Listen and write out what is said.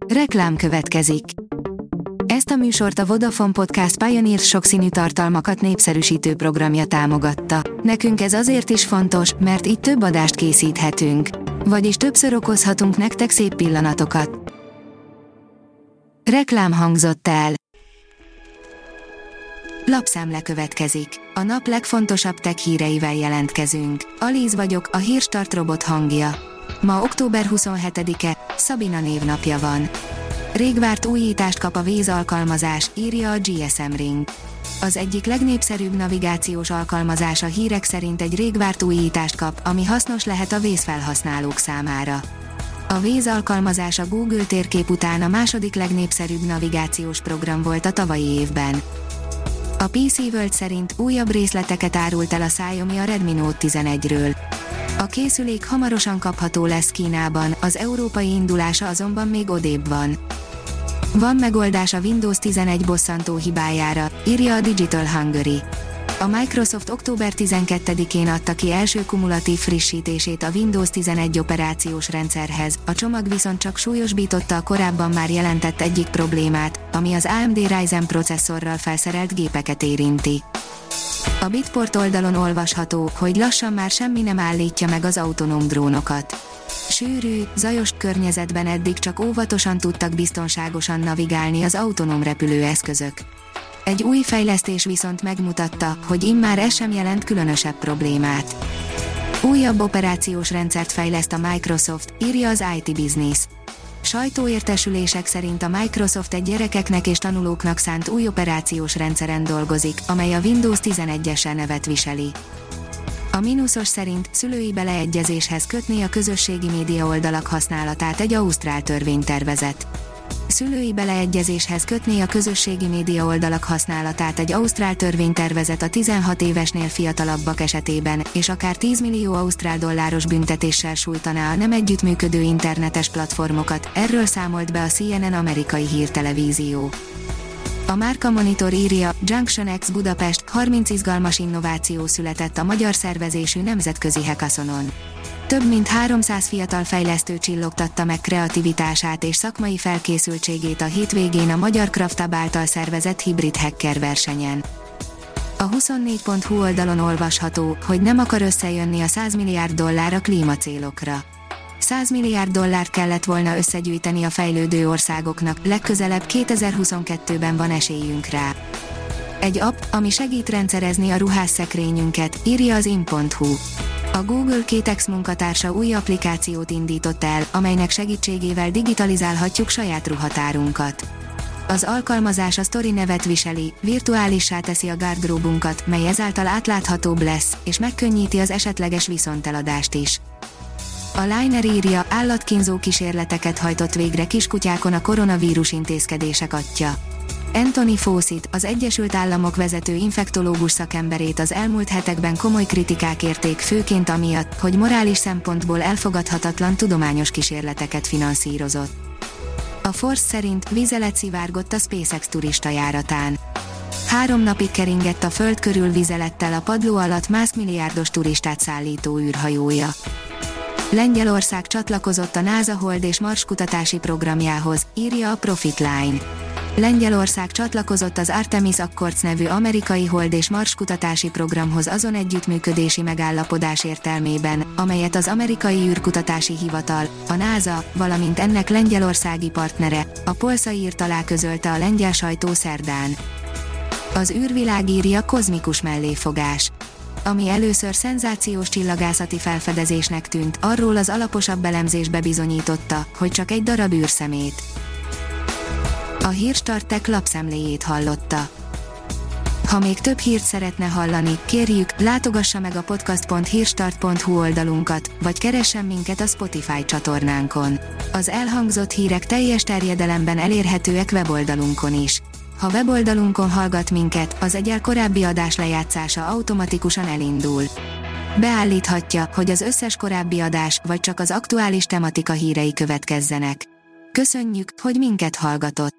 Reklám következik. Ezt a műsort a Vodafone Podcast Pioneer sokszínű tartalmakat népszerűsítő programja támogatta. Nekünk ez azért is fontos, mert így több adást készíthetünk. Vagyis többször okozhatunk nektek szép pillanatokat. Reklám hangzott el. Lapszemle következik. A nap legfontosabb tech híreivel jelentkezünk. Alíz vagyok, a Hírstart robot hangja. Ma október 27-e, Szabina névnapja van. Régvárt újítást kap a Waze alkalmazás, írja a GSM Ring. Az egyik legnépszerűbb navigációs alkalmazás a hírek szerint egy régvárt újítást kap, ami hasznos lehet a Waze felhasználók számára. A Waze alkalmazás a Google térkép után a második legnépszerűbb navigációs program volt a tavalyi évben. A PC World szerint újabb részleteket árult el a Xiaomi a Redmi Note 11-ről. A készülék hamarosan kapható lesz Kínában, az európai indulása azonban még odébb van. Van megoldás a Windows 11 bosszantó hibájára, írja a Digital Hungary. A Microsoft október 12-én adta ki első kumulatív frissítését a Windows 11 operációs rendszerhez, a csomag viszont csak súlyosbította a korábban már jelentett egyik problémát, ami az AMD Ryzen processzorral felszerelt gépeket érinti. A Bitport oldalon olvasható, hogy lassan már semmi nem állítja meg az autonóm drónokat. Sűrű, zajos környezetben eddig csak óvatosan tudtak biztonságosan navigálni az autonóm repülőeszközök. Egy új fejlesztés viszont megmutatta, hogy immár ez sem jelent különösebb problémát. Újabb operációs rendszert fejleszt a Microsoft, írja az IT Business. Sajtóértesülések szerint a Microsoft egy gyerekeknek és tanulóknak szánt új operációs rendszeren dolgozik, amely a Windows 11-es nevet viseli. A Minusos szerint szülői beleegyezéshez kötné a közösségi média oldalak használatát egy ausztrál törvénytervezet. Szülői beleegyezéshez kötné a közösségi média oldalak használatát egy ausztrál törvénytervezet a 16 évesnél fiatalabbak esetében, és akár 10 millió ausztrál dolláros büntetéssel sújtaná a nem együttműködő internetes platformokat, erről számolt be a CNN amerikai hírtelevízió. A Márka Monitor írja, Junction X Budapest, 30 izgalmas innováció született a magyar szervezésű nemzetközi hackathonon. Több mint 300 fiatal fejlesztő csillogtatta meg kreativitását és szakmai felkészültségét a hétvégén a Magyar Kraftab által szervezett hibrid hacker versenyen. A 24.hu oldalon olvasható, hogy nem akar összejönni a 100 milliárd dollár a klímacélokra. 100 milliárd dollárt kellett volna összegyűjteni a fejlődő országoknak, legközelebb 2022-ben van esélyünk rá. Egy app, ami segít rendszerezni a ruhásszekrényünket, írja az in.hu. A Google Kétex munkatársa új applikációt indított el, amelynek segítségével digitalizálhatjuk saját ruhatárunkat. Az alkalmazás a Story nevet viseli, virtuálissá teszi a gardróbunkat, mely ezáltal átláthatóbb lesz, és megkönnyíti az esetleges viszonteladást is. A Liner írja, állatkínzó kísérleteket hajtott végre kiskutyákon a koronavírus intézkedések atya. Anthony Fauci, az Egyesült Államok vezető infektológus szakemberét az elmúlt hetekben komoly kritikák érték, főként amiatt, hogy morális szempontból elfogadhatatlan tudományos kísérleteket finanszírozott. A Force szerint vizelet szivárgott a SpaceX turistajáratán. 3 napig keringett a föld körül vizelettel a padló alatt Musk milliárdos turistát szállító űrhajója. Lengyelország csatlakozott a NASA Hold és Mars kutatási programjához, írja a Profit Line. Lengyelország csatlakozott az Artemis Accords nevű amerikai Hold és Mars kutatási programhoz azon együttműködési megállapodás értelmében, amelyet az amerikai űrkutatási hivatal, a NASA, valamint ennek lengyelországi partnere, a Polszaír alá közölte a lengyel sajtó szerdán. Az űrvilág írja, kozmikus melléfogás. Ami először szenzációs csillagászati felfedezésnek tűnt, arról az alaposabb elemzés bebizonyította, hogy csak egy darab űrszemét. A Hírstart Tech lapszemléjét hallotta. Ha még több hírt szeretne hallani, kérjük, látogassa meg a podcast.hírstart.hu oldalunkat, vagy keressen minket a Spotify csatornánkon. Az elhangzott hírek teljes terjedelemben elérhetőek weboldalunkon is. Ha weboldalunkon hallgat minket, az egyel korábbi adás lejátszása automatikusan elindul. Beállíthatja, hogy az összes korábbi adás, vagy csak az aktuális tematika hírei következzenek. Köszönjük, hogy minket hallgatott!